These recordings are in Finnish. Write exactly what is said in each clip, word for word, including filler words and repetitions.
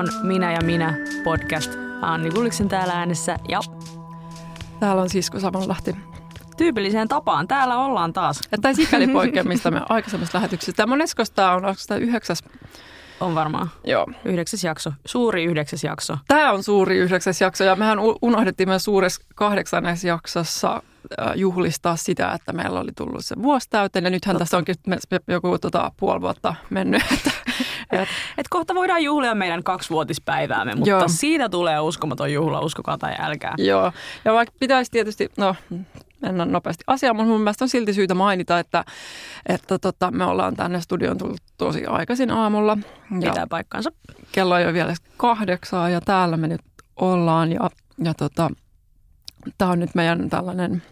on Minä ja minä podcast. Anni Gulliksen täällä äänessä ja täällä on Sisko Savonlahti. Tyypilliseen tapaan. Täällä ollaan taas. Että ei sikäli poikkea, mistä me aikaisemmassa lähetyksessä. Tämä monesko tämä on? Onko tämä yhdeksäs? On varmaan. Joo. Yhdeksäs jakso. Suuri yhdeksäs jakso. Tämä on suuri yhdeksäs jakso ja mehän unohdettiin myös suuressa kahdeksannes jaksossa juhlistaa sitä, että meillä oli tullut se vuosi täyteen. Ja nythän Totta. Tässä onkin joku tota, puoli vuotta mennyt. Että, et, et kohta voidaan juhlia meidän kaksivuotispäiväämme, mutta Joo. siitä tulee uskomaton juhla, uskokaa tai älkää. Joo, ja vaikka pitäisi tietysti, no mennään nopeasti asiaan, mutta mun mielestä on silti syytä mainita, että, että tota, me ollaan tänne studioon tullut tosi aikaisin aamulla. Pitää paikkansa. Kello ei ole vielä kahdeksaa ja täällä me nyt ollaan ja, ja tota, tämä on nyt meidän tällainen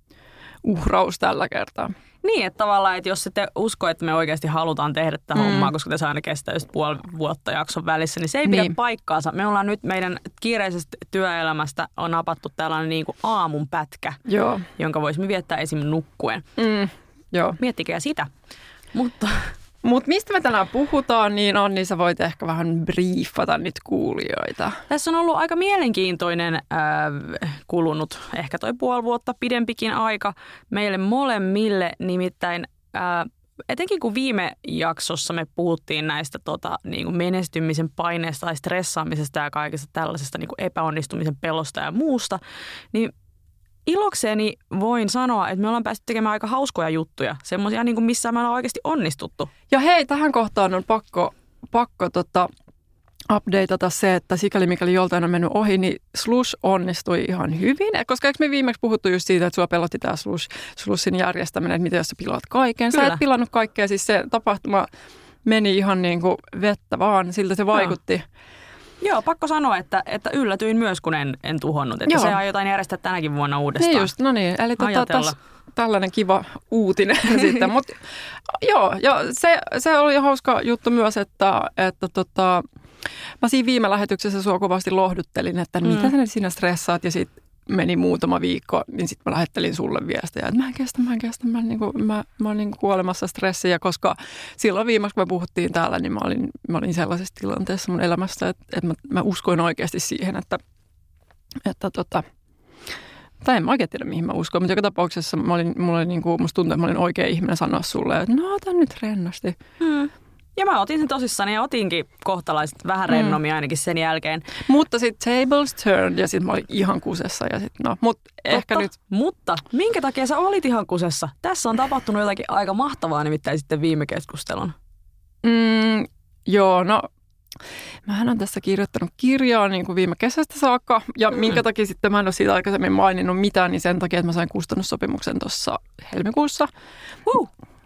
uhraus tällä kertaa. Niin, että tavallaan, että jos te usko, että me oikeasti halutaan tehdä tätä mm. hommaa, koska tässä aina kestää just puoli vuotta jakson välissä, niin se ei pidä niin. paikkaansa. Me ollaan nyt meidän kiireisestä työelämästä on napattu tällainen niin kuin aamun pätkä, Joo. jonka voisimme viettää esim. Nukkuen. Mm. Joo. Miettikää sitä. Mutta Mutta mistä me tänään puhutaan, niin Anni, sä voit ehkä vähän briefata nyt kuulijoita. Tässä on ollut aika mielenkiintoinen äh, kulunut, ehkä toi puoli vuotta pidempikin aika meille molemmille, nimittäin äh, etenkin kun viime jaksossa me puhuttiin näistä tota, niin kuin menestymisen paineesta tai stressaamisesta ja kaikesta tällaisesta niin kuin epäonnistumisen pelosta ja muusta, niin ilokseni voin sanoa, että me ollaan päästy tekemään aika hauskoja juttuja, semmoisia, niin kuin missä me ollaan oikeasti onnistuttu. Ja hei, tähän kohtaan on pakko, pakko tota, updateata se, että sikäli mikäli joltain on mennyt ohi, niin Slush onnistui ihan hyvin. Koska eikö me viimeksi puhuttu just siitä, että sua pelotti tämä Slush, Slushin järjestäminen, että miten jos sä pilaat kaiken. Sä Kyllä. et pilannut kaikkea, siis se tapahtuma meni ihan niin kuin vettä vaan, siltä se vaikutti. No. Joo, pakko sanoa, että, että yllätyin myös, kun en, en tuhonnut. Että Joo. se aiotaan järjestää tänäkin vuonna uudestaan. Niin just, no niin. Eli tota, taas tällainen kiva uutinen sitten. Mutta joo, jo, se, se oli hauska juttu myös, että, että tota, mä siinä viime lähetyksessä sua kovasti lohduttelin, että mm. mitä sä sinä stressaat ja sitten meni muutama viikko, niin sitten mä lähettelin sulle viestejä, että mä en kestä, mä en kestä, mä, niin kuin, mä, mä olen niin kuolemassa stressiä, koska silloin viimeksi, kun me puhuttiin täällä, niin mä olin, mä olin sellaisessa tilanteessa mun elämässä, että, että mä, mä uskoin oikeasti siihen, että, että tota, tai en mä oikein tiedä, mihin mä uskon, mutta joka tapauksessa mä olin, mulla oli niin kuin, musta tuntui, että mä olin oikea ihminen sanoa sulle, että no, ota nyt rennosti. Hmm. Ja mä otin sen tosissani ja otinkin kohtalaiset vähän rennomia mm. ainakin sen jälkeen. Mutta sitten tables turned ja sitten mä olin ihan kusessa. Ja sit, no, mut ehkä nyt. Mutta minkä takia sä olit ihan kusessa? Tässä on tapahtunut jotakin aika mahtavaa nimittäin sitten viime keskustelun. Mm, joo, no mähän on tässä kirjoittanut kirjaa niin kuin viime kesästä saakka. Ja mm. minkä takia sitten mä en ole siitä aikaisemmin maininnut mitään, niin sen takia, että mä sain kustannussopimuksen tuossa helmikuussa. Uh.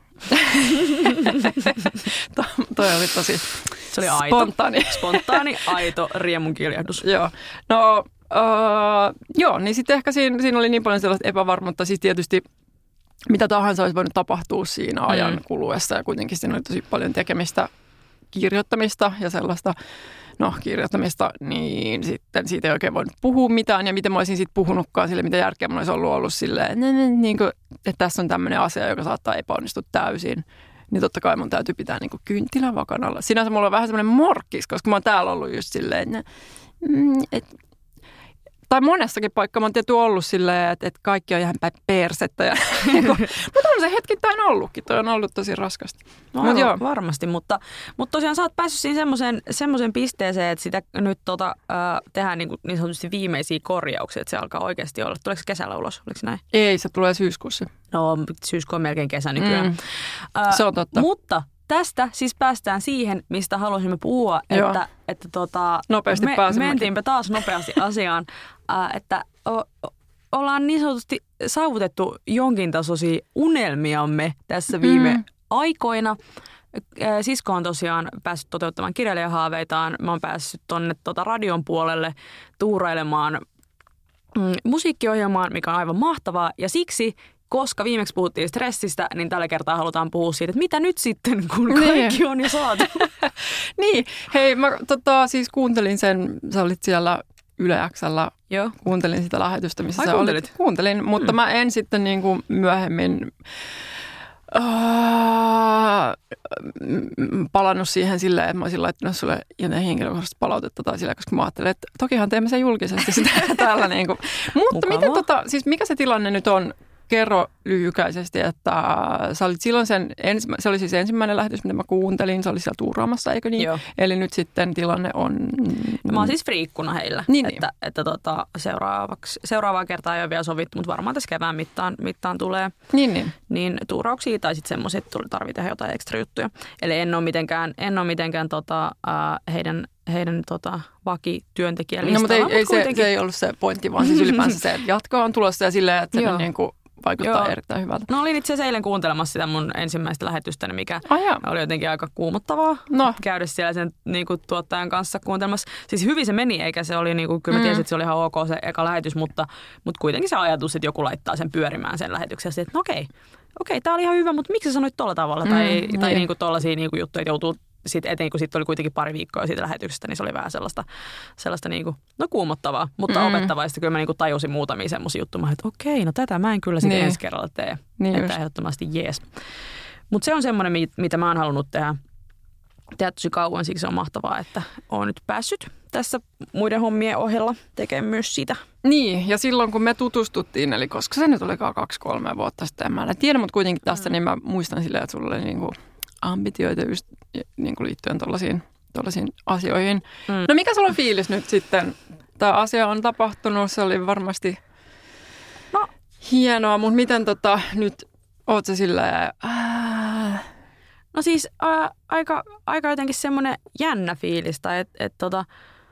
to, toi oli tosi Se oli aito, spontaani. spontaani, aito riemunkiljahdus. Joo, no uh, joo, niin sitten ehkä siinä, siinä oli niin paljon sellaista epävarmuutta, siis tietysti mitä tahansa olisi voinut tapahtua siinä ajan mm. kuluessa ja kuitenkin siinä oli tosi paljon tekemistä, kirjoittamista ja sellaista, no kirjoittamista, niin sitten siitä ei oikein voinut puhua mitään ja miten mä olisin sitten puhunutkaan sille, mitä järkeä mä olisi ollut ollut silleen, niin kuin, että tässä on tämmöinen asia, joka saattaa epäonnistua täysin. Niin totta kai mun täytyy pitää niin kuin kynttilän vakanalla. Sinänsä mulla on vähän semmoinen morkkis, koska mä oon täällä ollut just silleen, että tai monessakin paikkaa mä oon tietysti ollut silleen, että, että kaikki on ihan päin persettä. Ja, mutta on se hetkittäin ollutkin. Toi on ollut tosi raskasta. No, Mut joo. Varmasti, mutta, mutta tosiaan sä oot päässyt siinä semmoiseen, semmoiseen pisteeseen, että sitä nyt tota, äh, tehdään niin, niin sanotusti viimeisiä korjauksia, että se alkaa oikeasti olla. Tuleeko se kesällä ulos? Oliko se näin? Ei, se tulee syyskuussa. No, syyskuu on melkein kesä nykyään. Mm. Äh, se on totta. Mutta tästä siis päästään siihen, mistä halusimme puhua, Joo. että, että tota, nopeasti me mentiinpä taas nopeasti asiaan, äh, että o, o, ollaan niin sanotusti saavutettu jonkin tasoisia unelmiamme tässä viime mm. aikoina. Sisko on tosiaan päässyt toteuttamaan kirjailijahaaveitaan. Mä oon päässyt tonne tota radion puolelle tuurailemaan mm, musiikkiohjelmaan, mikä on aivan mahtavaa. Ja siksi, koska viimeksi puhuttiin stressistä, niin tällä kertaa halutaan puhua siitä, että mitä nyt sitten, kun kaikki niin. on jo saatu. Niin, hei mä tota, siis kuuntelin sen, sä olit siellä Yle X:llä, Joo. kuuntelin sitä lähetystä, missä Ai, sä olit. Kuuntelin, mutta hmm. mä en sitten niin kuin myöhemmin Uh, palannut siihen silleen, että mä olisin laittanut sulle jotain henkilökohtaista palautetta tai silleen, koska mä ajattelin, että tokihan teemme sen julkisesti sitä täällä. Niin kuin. Mutta miten tota, siis mikä se tilanne nyt on? Kerro lyhykäisesti, että sä olit silloin sen, ensimmä, se oli siis ensimmäinen lähetys, mitä mä kuuntelin, se oli siellä tuuraamassa, eikö niin? Joo. Eli nyt sitten tilanne on... No, mä oon siis friikkuna heillä, niin, että, niin. että tota, seuraavaksi, seuraavaa kertaa ei ole vielä sovittu, mutta varmaan tässä kevään mittaan, mittaan tulee niin, niin. niin tuurauksia tai sitten semmoisia, että tarvitsee tehdä jotain ekstra juttuja. Eli en ole mitenkään, en ole mitenkään tota, uh, heidän, heidän tota, vakityöntekijälistalla. No, mutta ei, mutta ei, kuitenkin... se, se ei ollut se pointti, vaan siis ylipäänsä se, että jatkoa on tulossa ja silleen, että se on niin kuin... Vaikuttaa Joo. erittäin hyvältä. No olin itse asiassa eilen kuuntelemassa sitä mun ensimmäistä lähetystäni, mikä oh, oli jotenkin aika kuumottavaa no. käydä siellä sen niin kuin, tuottajan kanssa kuuntelemassa. Siis hyvin se meni, eikä se oli, niin kuin, kyllä mä tiesin, että se oli ihan ok se eka lähetys, mutta, mutta kuitenkin se ajatus, että joku laittaa sen pyörimään sen lähetyksen. Ja että no okei, okei, tää oli ihan hyvä, mutta miksi sä sanoit tolla tavalla? Mm, tai tai niin. niin kuin tollaisia niin kuin juttuja, että joutuu... Sitten etenkin, kun sitten oli kuitenkin pari viikkoa siitä lähetyksestä, niin se oli vähän sellaista, sellaista niin kuin, no kuumottavaa, mutta mm. opettavaa. Ja sitten kyllä mä niin kuin tajusin muutamia semmoisia juttuja, että okei, no tätä mä en kyllä sitten niin. ensi kerralla tee. Niin että ehdottomasti jees. Mutta se on semmoinen, mitä mä oon halunnut tehdä, tehdä tosi kauan, siksi se on mahtavaa, että oon nyt päässyt tässä muiden hommien ohella tekemään myös sitä. Niin, ja silloin kun me tutustuttiin, eli koska se nyt olikaan kaksi, kolme vuotta sitten, mä en tiedä, mutta kuitenkin tästä, mm. niin mä muistan silleen, että sulla oli niin kuin ambitioita just niin kuin liittyen tuollaisiin, tuollaisiin asioihin. Mm. No mikä sulla on fiilis nyt sitten? Tämä asia on tapahtunut, se oli varmasti no. hienoa, mutta miten tota, nyt oot sä silleen... Äh... No siis äh, aika, aika jotenkin semmoinen jännä fiilistä, että et, tota,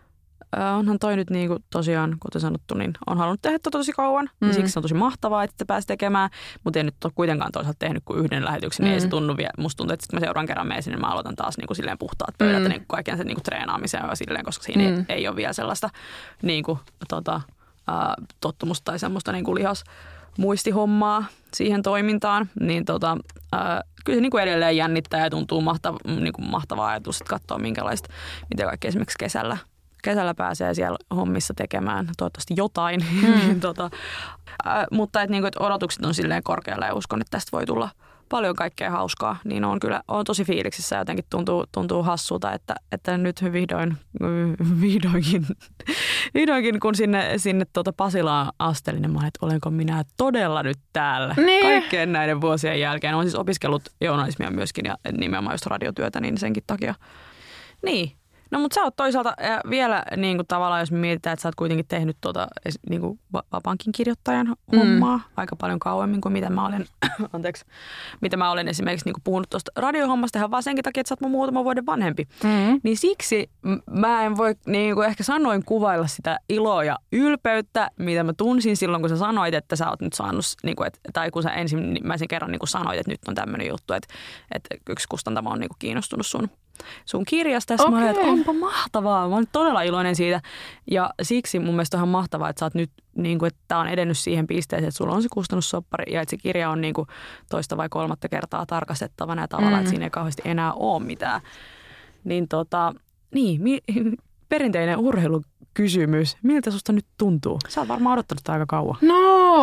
äh, onhan toi nyt niinku tosiaan, kuten sanottu, niin on halunnut tehdä tota tosi kauan. Mm. Ja siksi on tosi mahtavaa, että sitä pääsi tekemään, mutta en nyt ole kuitenkaan toisaalta tehnyt kuin yhden lähetyksen, mm. niin ei se tunnu vielä. Musta tuntuu, että sitten mä seuraan kerran menen sinne, mä aloitan taas niinku silleen puhtaat pöydät mm. niin kaiken sen niinku treenaamiseen ja silleen, koska siinä mm. ei, ei ole vielä sellaista niinku, tota, äh, tottumusta tai semmoista niinku lihas muistihommaa siihen toimintaan, niin tota, ää, kyllä se niin kuin edelleen jännittää ja tuntuu mahtava, niin kuin mahtava ajatus, että katsoo minkälaista, mitä kaikki esimerkiksi kesällä, kesällä pääsee siellä hommissa tekemään, toivottavasti jotain, mm. tota, ää, mutta et, niin kuin, et odotukset on silleen korkealla ja uskon, että tästä voi tulla paljon kaikkea hauskaa, niin on kyllä on tosi fiiliksissä, jotenkin tuntuu, tuntuu hassulta, että, että nyt vihdoin, vihdoinkin, vihdoinkin kun sinne, sinne tuota Pasilaan astelin, niin mä olin, että olenko minä todella nyt täällä niin. kaikkien näiden vuosien jälkeen. Olen siis opiskellut journalismia myöskin ja nimenomaan just radiotyötä, niin senkin takia. Niin. No mutta sä oot toisaalta vielä niin kuin tavallaan, jos me mietitään, että sä oot kuitenkin tehnyt tuota, niin kuin vapaankin kirjoittajan hommaa mm. aika paljon kauemmin kuin mitä mä olen, anteeksi, mitä mä olen esimerkiksi niin kuin puhunut tuosta radiohommasta ihan vaan senkin takia, että sä oot mun muutaman vuoden vanhempi. Mm. Niin siksi mä en voi niin kuin ehkä sanoin kuvailla sitä iloa ja ylpeyttä, mitä mä tunsin silloin, kun sä sanoit, että sä oot nyt saanut, niin kuin, että, tai kun sä ensimmäisen kerran niin kuin sanoit, että nyt on tämmöinen juttu, että, että yksi kustantamo on niin kuin kiinnostunut sun sun kirjasta. Okay. Mä olin, että onpa mahtavaa. Mä olen todella iloinen siitä. Ja siksi mun mielestä on ihan mahtavaa, että sä oot nyt, niin kuin, että tää on edennyt siihen pisteeseen, että sulla on se kustannussoppari ja että se kirja on niin kuin toista vai kolmatta kertaa tarkastettavana ja tavallaan, mm. että siinä ei kauheasti enää ole mitään. Niin tota, niin, mi- perinteinen urheilukysymys. Miltä susta nyt tuntuu? Sä oot varmaan odottanut sitä aika kauan. No,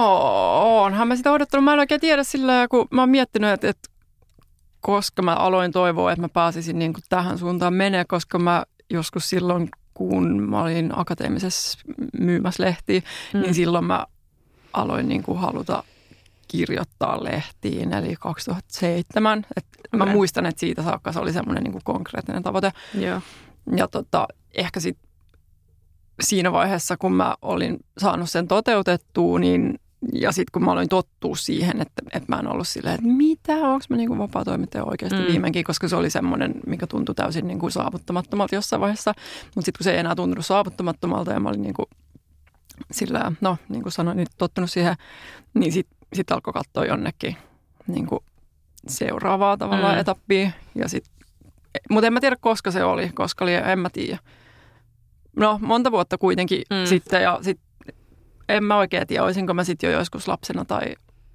onhan mä sitä odottanut. Mä en oikein tiedä sillä, kun mä oon miettinyt, että, että koska mä aloin toivoa, että mä pääsisin niin kuin tähän suuntaan menee, koska mä joskus silloin, kun mä olin akateemisessa myymässä lehtiä, mm. niin silloin mä aloin niin kuin haluta kirjoittaa lehtiin, eli kaksituhattaseitsemän. Et okay. Mä muistan, että siitä saakka se oli semmoinen niin kuin konkreettinen tavoite. Joo. Ja tota, ehkä sitten siinä vaiheessa, kun mä olin saanut sen toteutettua, niin ja sitten kun mä aloin tottua siihen, että, että mä en ollut silleen, että mitä, onko mä niin vapaa-toimittaja oikeasti mm. viimeinkin, koska se oli semmoinen, mikä tuntui täysin niin kuin saavuttamattomalta jossain vaiheessa. Mutta sitten kun se ei enää tuntunut saavuttamattomalta ja mä olin niin kuin sillä, no niin kuin sanoin, niin tottunut siihen, niin sitten sit alkoi katsoa jonnekin niin kuin seuraavaa tavallaan mm. etappia. Ja sit, mutta en mä tiedä, koska se oli, koska oli, en mä tiedä. No monta vuotta kuitenkin mm. sitten ja sitten en mä oikein tiedä, olisinko mä sitten jo joskus lapsena tai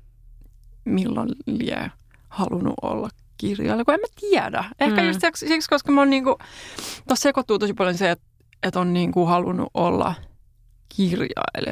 milloin lie halunnut olla kirjailija, kun en mä tiedä. Ehkä mm. just siksi, koska mä oon niinku, tossa sekoittuu tosi paljon se, että, että on niinku halunnut olla kirjailija.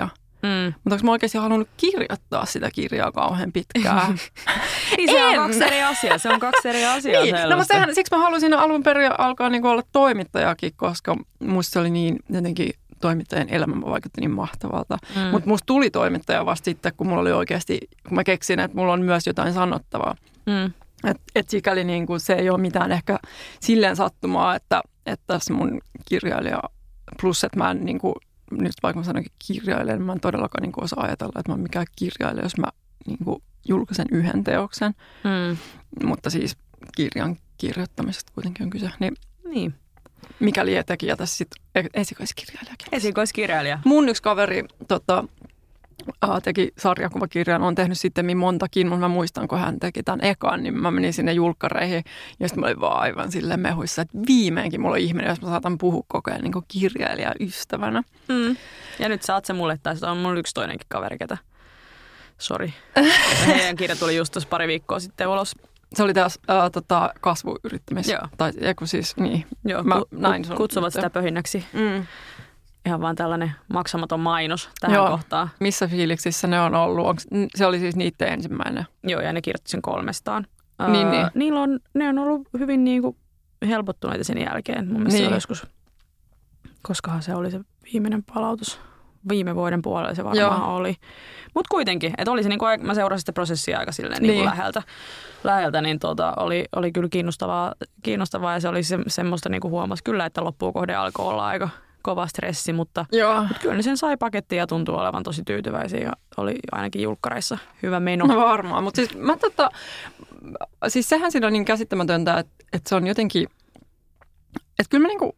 Mm. Mutta onko mä oikeasti halunnut kirjoittaa sitä kirjaa kauhean pitkään? Niin se on kaksi eri asiaa. Se on kaksi eri asiaa niin. No, mutta sehän, siksi mä halusin alun perin alkaa niinku olla toimittajakin, koska musta se oli niin jotenkin toimittajan elämä vaikutti niin mahtavalta. Mm. Mutta musta tuli toimittaja vasta sitten, kun mulla oli oikeasti, kun mä keksin, että mulla on myös jotain sanottavaa. Mm. Että et sikäli niinku se ei ole mitään ehkä silleen sattumaa, että, että tässä mun kirjailija, plus että mä en niinku, nyt vaikka mä sanonkin kirjailija, niin mä en todellakaan niinku osaa ajatella, että mä oon mikään kirjailija, jos mä niinku julkaisen yhden teoksen. Mm. Mutta siis kirjan kirjoittamisesta kuitenkin on kyse. Niin, niin. Mikäli tekijä tässä sitten esikoiskirjailijakin. Esikoiskirjailija. Mun yksi kaveri tota, teki sarjakuvakirjan, on tehnyt sitten montakin, mutta mä muistan, kun hän teki tämän ekan, niin mä menin sinne julkkareihin ja sitten mä olin vaan aivan silleen mehuissa, että viimeinkin mulla on ihminen, jos mä saatan puhua koko ajan niin kuin kirjailijaystävänä. Mm. Ja nyt saat se mulle, tai on mulla yksi toinenkin kaveri, ketä, sori. Heidän kirja tuli just tuossa pari viikkoa sitten ulos. Se oli taas äh, tota, kasvuyrittämis. Joo. Tai joku siis, niin. Joo, mä, ku, näin sun kutsuvat sitä pöhinnäksi. Mm. Ihan vaan tällainen maksamaton mainos tähän Joo. kohtaan. Missä fiiliksissä ne on ollut? Onks, se oli siis niiden ensimmäinen. Joo, ja ne kirjoitti sen kolmestaan. Niin, uh, niin. Niillä on, ne on ollut hyvin niinku helpottuneita sen jälkeen. Mun mielestä niin. Se oli joskus, koskahan se oli se viimeinen palautus. Viime vuoden puolella se varmaan Joo. oli. Mutta kuitenkin, että oli se, niin kuin, mä seurasin sitä prosessia aika silleen niin. Niin läheltä, läheltä, niin tota, oli, oli kyllä kiinnostavaa, kiinnostavaa ja se oli se, semmoista niin kuin huomasi kyllä, että loppuun kohde alkoi olla aika kova stressi, mutta, mutta kyllä ne sen sai pakettiin ja tuntui olevan tosi tyytyväisiä ja oli ainakin julkkareissa hyvä meno. No varmaan, mutta siis, mä tota, siis sehän siinä on niin käsittämätöntä, että, että se on jotenkin, että kyllä mä niinku,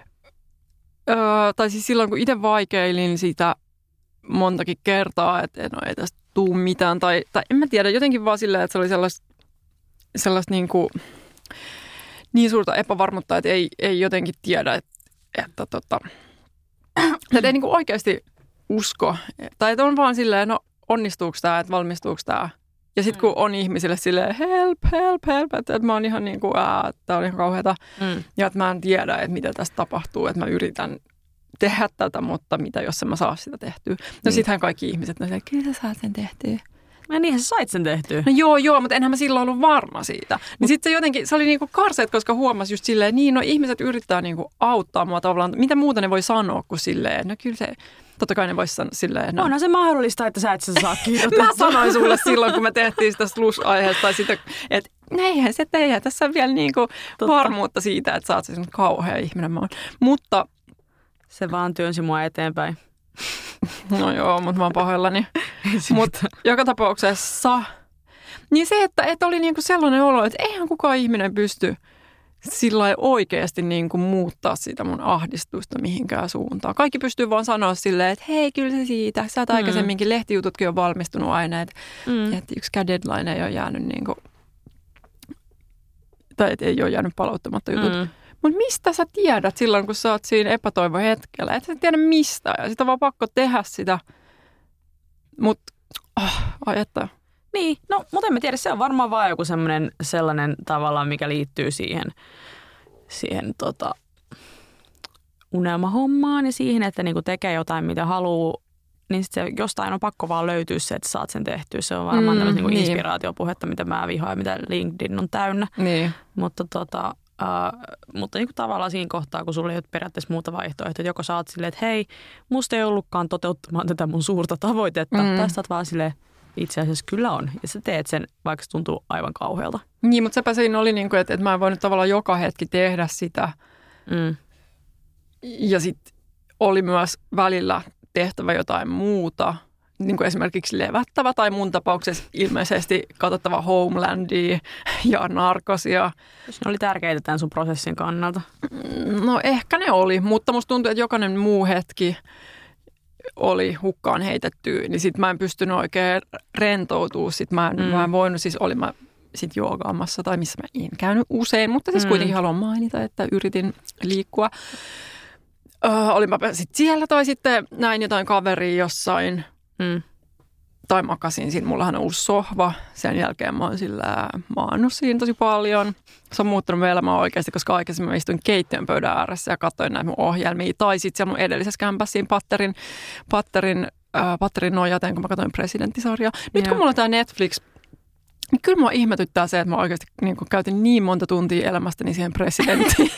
öö, tai siis silloin kun itse vaikeilin sitä montakin kertaa, että no ei tästä tuu mitään, tai, tai en mä tiedä, jotenkin vaan silleen, että se oli sellaista, sellaista niinku, niin suurta epävarmuutta, että ei, ei jotenkin tiedä, että Että, tota, että ei niinku oikeasti usko. Tai että on vaan silleen, no onnistuuko tämä, että valmistuuko tämä. Ja sitten kun on ihmisille silleen help, help, help, että, että mä oon ihan niin kuin, ää, että tää on ihan kauheata. Mm. Ja että mä en tiedä, että mitä tästä tapahtuu, että mä yritän tehdä tätä, mutta mitä jos en mä saa sitä tehtyä. No mm. sittenhän kaikki ihmiset, no silleen, kyllä sä saat sen tehtyä. Ja niinhän sä sait sen tehtyä. No joo, joo, mutta enhän mä silloin ollut varma siitä. Niin sitten se jotenkin, se oli niinku karseet, koska huomasi just silleen, niin no ihmiset yrittää niinku auttaa mua tavallaan. Mitä muuta ne voi sanoa kuin silleen, no kyllä se, totta kai ne vois sanoa silleen. No. Onhan se mahdollista, että sä et sitä saa kirjoittaa. Mä sanoin sulle silloin, kun me tehtiin sitä slush-aiheesta, tai sitä, että eihän se tehdä. Tässä on vielä niinku varmuutta siitä, että sä oot se kauhea ihminen mä oon. Mutta se vaan työnsi mua eteenpäin. No joo, mutta mä oon pahoillani. Mutta joka tapauksessa, niin se, että, että oli niinku sellainen olo, että eihän kukaan ihminen pysty sillä lailla oikeasti niinku muuttaa sitä mun ahdistusta mihinkään suuntaan. Kaikki pystyy vaan sanoa silleen, että hei, kyllä se siitä. Sä oot mm. aikaisemminkin, lehtijututkin on valmistunut aina, että, mm. että yksikään deadline ei ole jäänyt niinku, tai että ei ole jäänyt palauttamatta jutut. Mm. Mutta mistä sä tiedät silloin, kun sä oot siinä epätoivohetkellä? Et sä tiedä mistä ja sit on vaan pakko tehdä sitä. Mutta oh, ai että. Niin, no mutta en mä tiedä, se on varmaan vaan joku semmoinen sellainen tavallaan, mikä liittyy siihen, siihen tota, unelmahommaan ja siihen, että niinku tekee jotain, mitä haluaa. Niin sit se jostain on pakko vaan löytyä se, että saat sen tehtyä. Se on varmaan mm, tämmöistä niinku niin. inspiraatiopuhetta, mitä mä vihaan, mitä LinkedIn on täynnä. Niin. Mutta tota... Uh, mutta niin kuin tavallaan siinä kohtaa, kun sulla ei ole periaatteessa muuta vaihtoehtoa, että joko sä oot silleen, että hei, musta ei ollutkaan toteuttamaan tätä mun suurta tavoitetta. Mm. Tai sä oot vaan silleen, itse asiassa kyllä on. Ja sä teet sen, vaikka se tuntuu aivan kauhealta. Niin, mutta sepä siinä oli, niin kuin, että, että mä en voinut tavallaan joka hetki tehdä sitä. Mm. Ja sitten oli myös välillä tehtävä jotain muuta. Niin kuin esimerkiksi levättävä tai mun tapauksessa ilmeisesti katsottava Homelandia ja Narcosia. Ne oli tärkeitä tämän sun prosessin kannalta. No ehkä ne oli, mutta musta tuntuu, että jokainen muu hetki oli hukkaan heitetty, niin sit mä en pystynyt oikein rentoutumaan. Sit mä en, mm. mä en voinut, siis olin mä sit joogaamassa tai missä mä en käynyt usein, mutta siis mm. kuitenkin haluan mainita, että yritin liikkua. Ö, olin mä sit siellä tai sitten näin jotain kaveria jossain. Mm. Tai makasin siinä. Mullahan on uusi sohva. Sen jälkeen mä oon sillä maannut siinä tosi paljon. Se on muuttunut mun elämää oikeasti, koska aikaisemmin mä istuin keittiön pöydän ääressä ja katsoin näitä mun ohjelmia. Tai sitten siellä mun edellisessä kämpässä siinä patterin, patterin ää, patterin nojaten, kun mä katsoin presidenttisarjaa. Nyt Joo. kun mulla on tää Netflix, niin kyllä mua ihmetyttää se, että mä oikeasti niin kun käytin niin monta tuntia elämästäni siihen presidenttiin.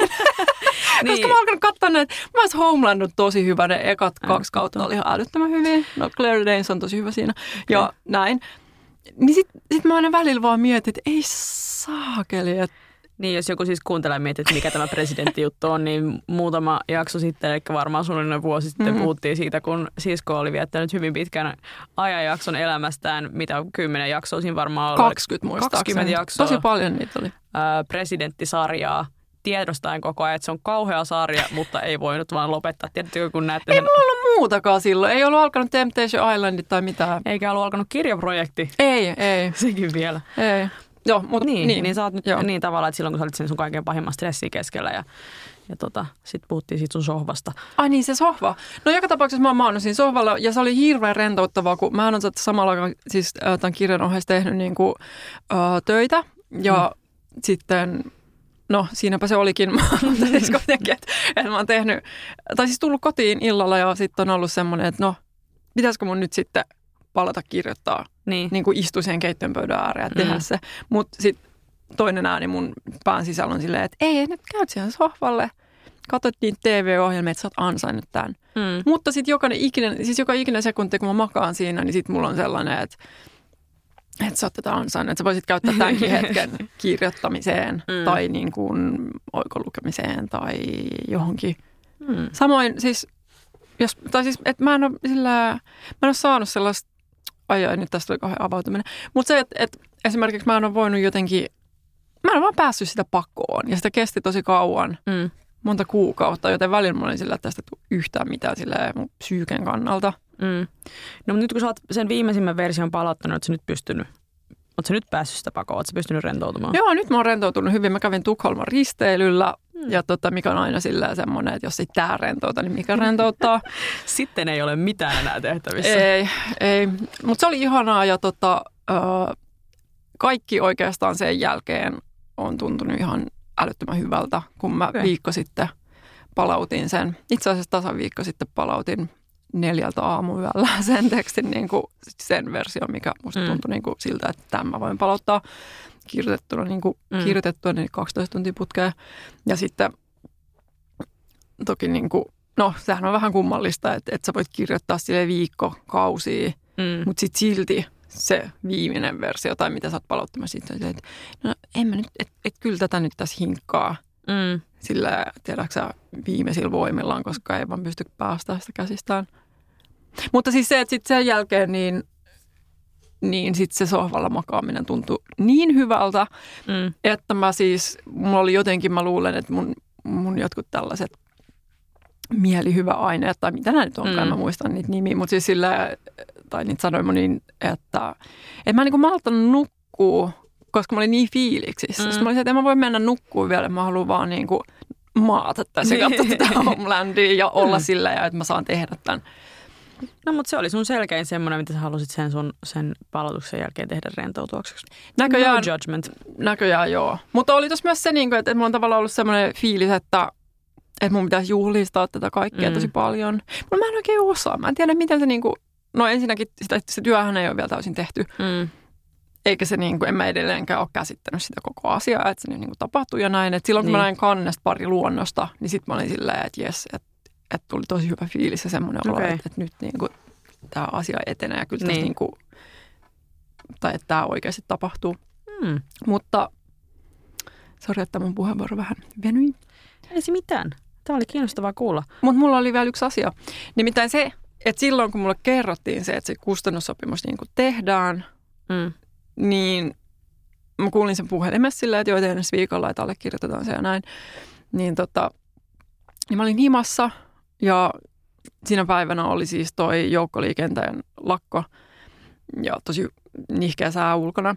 Niin. Koska mä oon alkanut katsoa näitä. Mä oon Homeland on tosi hyvä. Ne ekat Ää, kaksi kautta oli ihan älyttömän hyviä. No Claire Danes on tosi hyvä siinä. Okay. Ja näin. Niin sit, sit mä aina välillä vaan mietin, että ei saakeli. Et... Niin, jos joku siis kuuntelee ja miettii, että mikä tämä presidenttijuttu on, niin muutama jakso sitten, eli varmaan suunnilleen vuosi sitten mm-hmm. puhuttiin siitä, kun sisko oli viettänyt hyvin pitkän ajanjakson elämästään, mitä kymmenen jaksoa siinä varmaan oli. kaksikymmentä muistaakseni. kaksikymmentä jaksoa. Tosi paljon niitä oli. Ää, presidenttisarjaa. Tiedostaen koko ajan, että se on kauhea sarja, mutta ei voinut vaan lopettaa. Tiedättekö, kun näette ei sen... mulla ollut muutakaan silloin. Ei ollut alkanut Temptation Islandit tai mitään. Eikä ollut alkanut kirjaprojekti. Ei, ei. Sekin vielä. Ei. Joo, mutta niin, niin. niin sä oot nyt Joo. niin tavallaan, että silloin kun sä olit sen sun kaiken pahimman stressin keskellä ja, ja tota, sit puhuttiin siitä sun sohvasta. Ai niin, se sohva. No joka tapauksessa mä oon maannut siinä sohvalla ja se oli hirveän rentouttavaa, kun mä oon samalla siis äh, tämän kirjan ohessa tehnyt niin kuin, äh, töitä ja hmm. sitten... No, siinäpä se olikin, siis kuitenkin, että, että mä oon tehnyt, tai siis tullut kotiin illalla ja sitten on ollut semmoinen, että no, pitäisikö mun nyt sitten palata kirjoittaa, niin, niin kuin istua sen keittiönpöydän ääreen ja tehdä mm. se. Mutta sitten toinen ääni mun pään sisällä on silleen, että ei, nyt käyt siihen sohvalle, katsot niitä T V-ohjelmia, että sä oot ansainnut tämän. Mm. Mutta sitten jokainen ikinen, siis joka ikinen sekunti, kun mä makaan siinä, niin sitten mulla on sellainen, että että sä oot tätä ansainnut, että sä voisit käyttää tämänkin hetken kirjoittamiseen mm. tai niin kuin oikolukemiseen tai johonkin. Mm. Samoin siis, jos, tai siis, että mä en ole sillä, mä en ole saanut sellaista, ai ai, nyt tästä tuli kauhean avautuminen, mutta se, että, että esimerkiksi mä en ole voinut jotenkin, mä en ole vaan päässyt sitä pakoon ja sitä kesti tosi kauan, mm. monta kuukautta, joten välillä mä olin sillä, että tästä ei tule yhtään mitään sillä mun psyyken kannalta. Mm. No mutta nyt kun sä oot sen viimeisimmän version palauttanut, oot sä nyt pystynyt, oot sä nyt päässyt sitä pakoon, oot sä pystynyt rentoutumaan? Joo, nyt mä oon rentoutunut hyvin. Mä kävin Tukholman risteilyllä mm. ja tota, mikä on aina sillä semmoinen, että jos ei tää rentouta, niin mikä rentouttaa. Sitten ei ole mitään enää tehtävissä. Ei, ei. Mutta se oli ihanaa ja tota, äh, kaikki oikeastaan sen jälkeen on tuntunut ihan älyttömän hyvältä, kun mä okay. viikko sitten palautin sen. Itse asiassa tasan viikko sitten palautin neljältä aamuyöllä sen tekstin, niin kuin sen version, mikä musta tuntui niin kuin siltä, että tämän mä voin palauttaa kirjoitettuna, niin kuin mm. kirjoitettua niin kaksitoista tuntia putkeen. Ja sitten toki, niin kuin, no sehän on vähän kummallista, että, että sä voit kirjoittaa sille viikkokausia, mm. mutta sitten silti se viimeinen versio tai mitä sä oot palauttamassa sitten, että no en mä nyt, että et kyllä tätä nyt tässä hinkkaa. Mm. Sillä, tiedätkö sä, viimeisillä voimillaan, koska ei vaan pysty päästä sitä käsistään. Mutta siis se, että sitten sen jälkeen niin, niin sitten se sohvalla makaaminen tuntui niin hyvältä, mm. että mä siis, mulla oli jotenkin, mä luulen, että mun, mun jotkut tällaiset mielihyväaineet, tai mitä nämä nyt onkaan, mm. mä muistan niitä nimiä, mutta siis sillä, tai niitä sanoin mun niin, että, että mä en niin kuin malttanut nukkua, koska mä olin niin fiiliksissä. Mm. Sitten mä olin, että en mä voi mennä nukkuun vielä, mä haluan vaan niin kuin maata tässä ja katsoa tätä Homelandia ja olla mm. sillä ja että mä saan tehdä tämän. No mutta se oli sun selkein semmoinen, mitä sä halusit sen sun sen palautuksen jälkeen tehdä rentoutuaksi. Näköjään, no judgment. Näköjään joo. Mutta oli tuossa myös se, että mulla on tavallaan ollut semmoinen fiilis, että, että mun pitäisi juhlistaa tätä kaikkea mm. tosi paljon. Mutta mä en oikein osaa. Mä en tiedä, miten se niin kuin, no ensinnäkin sitä, se työhän ei ole vielä täysin tehty. Mm. Eikä se, niin kuin, en mä edelleenkään ole käsittänyt sitä koko asiaa, että se niin kuin tapahtuu ja näin. Et silloin kun niin. mä näin kannesta pari luonnosta, niin sitten mä olin silleen, että jes, että et tuli tosi hyvä fiilis ja semmoinen olo, okay. että, että nyt niin kuin, tämä asia etenee ja kyllä niin. niin kuin, tai että tämä oikeasti tapahtuu. Hmm. Mutta, sori, että mun puheenvuoro vähän venyi. Ei se mitään. Tämä oli kiinnostavaa kuulla. Mutta mulla oli vielä yksi asia. Nimittäin se, että silloin kun mulle kerrottiin se, että se kustannussopimus niin kuin tehdään, hmm. niin mä kuulin sen puhelimessa silleen, että joo, ensi viikolla, että allekirjoitetaan se ja näin. Niin, tota, niin mä olin himassa ja siinä päivänä oli siis toi joukkoliikenteen lakko ja tosi nihkeä sää ulkona.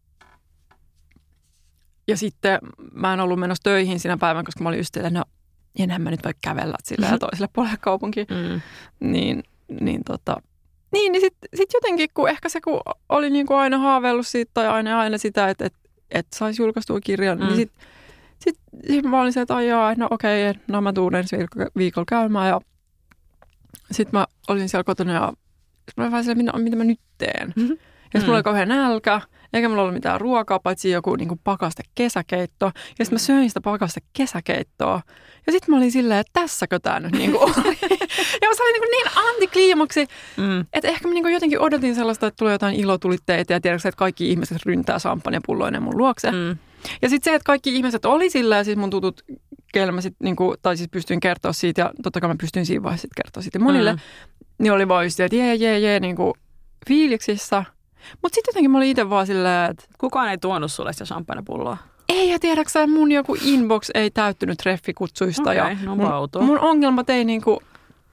Ja sitten mä en ollut menossa töihin siinä päivänä, koska mä olin just silleen, no enhän mä nyt voi kävellä sillä toiselle puolelle kaupunkiin. Mm. Niin, niin tota... Niin, niin sitten sit jotenkin, kun ehkä se, kun oli niin kuin aina haaveillut siitä tai aina aina sitä, että et, et saisi julkaistua kirjan, mm. niin sitten sit, sit mä olin se, että ajaa, no okei, no mä tuun ensi viikolla käymään ja sitten mä olin siellä kotona ja mä olin vaan silleen, mitä, mitä mä nyt teen. Mm-hmm. Ja sitten mulla oli kauhean nälkä, eikä mulla ollut mitään ruokaa, paitsi joku niin kuin pakaste kesäkeitto. Ja sitten mä söin sitä pakaste kesäkeittoa. Ja sitten mä olin silleen, että tässäkö tää nyt niin kuin oli. Ja se oli niin, kuin niin antikliimaksi, mm. että ehkä mä niin kuin jotenkin odotin sellaista, että tulee jotain ilotulitteita ja tiedätkö, että kaikki ihmiset ryntää samppanjapulloinen mun luokse. Mm. Ja sitten se, että kaikki ihmiset oli silleen, siis mun tutut, keillä mä sit, niin kuin, tai siis pystyin kertoa siitä, ja totta kai mä pystyin siinä vaiheessa kertoa siitä monille, mm. niin oli vaan just, että jee, jee, jee, niin kuin fiiliksissä. Mutta sitten jotenkin mä olin itse vaan silleen, että kukaan ei tuonut sulle sitä champagnepulloa. Ei, ja tiedäksä, mun joku inbox ei täyttynyt treffikutsuista. Okay, ja no mun, mun ongelmat ei niinku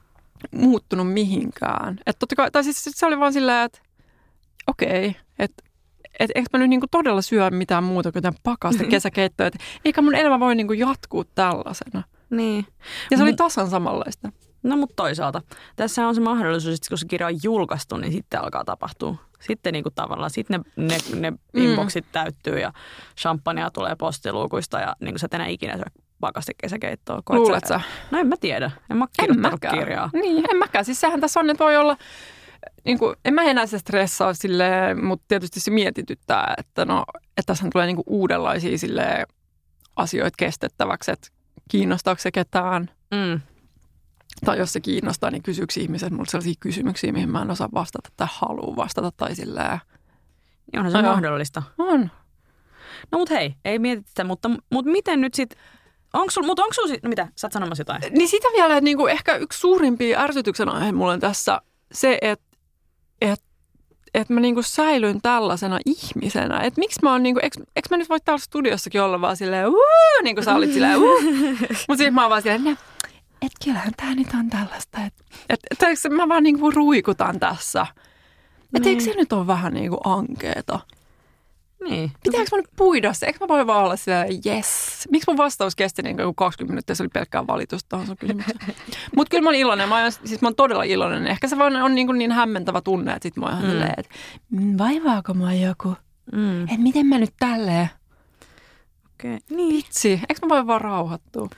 muuttunut mihinkään. Et totta kai, tai siis se oli vaan silleen, että okei, okay, että et eikö mä nyt niinku todella syö mitään muuta kuin tämän pakasta kesäkeittoa. Et eikä mun elämä voi niinku jatkuu tällaisena. Niin. Ja se oli tasan samanlaista. No mutta toisaalta. Tässä on se mahdollisuus, että kun se kirja on julkaistu, niin sitten alkaa tapahtua. Sitten niinku tavallaan sit ne, ne, ne inboxit mm. täyttyy ja champagnea tulee postiluukuista ja niin kuin sä et enää ikinä syö pakaste kesäkeittoa. Luulet sä? No en mä tiedä. En mä ole kirjoittanut kirjaa. Niin, en mäkään. Siis sehän tässä on, että voi olla, niin kuin, en mä enää se stressaa silleen, mutta tietysti se mietityttää, että no, että tässä tulee niinku uudenlaisia silleen asioita kestettäväksi, että kiinnostaako se ketään. Mm. Tai jos se kiinnostaa, niin kysyykö ihmiset mulle sellaisia kysymyksiä, mihin mä en osaa vastata tai halua vastata tai silleen. Niin onhan se no, mahdollista. On. No mut hei, ei mietitä sitä, mutta, mutta miten nyt sit, onko sul, mutta onko sul, no mitä, sä oot sanomassa jotain? Niin sitä vielä, että niinku ehkä yksi suurimpia ärsytyksen aihe mulla on tässä se, että et, et mä niinku säilyn tällaisena ihmisenä. Että miksi mä oon niinku, eikö, eikö mä nyt voi täällä studiossakin olla vaan silleen, uuu, niin kuin sä olit silleen, uuu. Mutta sitten mä oon vaan silleen, että kyllähän tää nyt on tällaista, että et, et, mä vaan niinku ruikutan tässä. Että niin. Eikö se nyt ole vähän niinku ankeeta? Niin. Pitääkö mä nyt puida se? Eikö mä voi vaan olla silleen, yes. Miksi mun vastaus kesti niin kuin kaksikymmentä minuuttia, se oli pelkkää valitusta tuohon sun kysymykseen. Mutta kyllä mä oon iloinen, mä oon, siis mä oon todella iloinen. Ehkä se vaan on niin, kuin niin hämmentävä tunne, että sit mä oon ihan mm. silleen, että vaivaako mua joku? Mm. Että miten mä nyt tälleen? Okei. Okay. Niin. Vitsi, eikö mä voi vaan rauhoittua?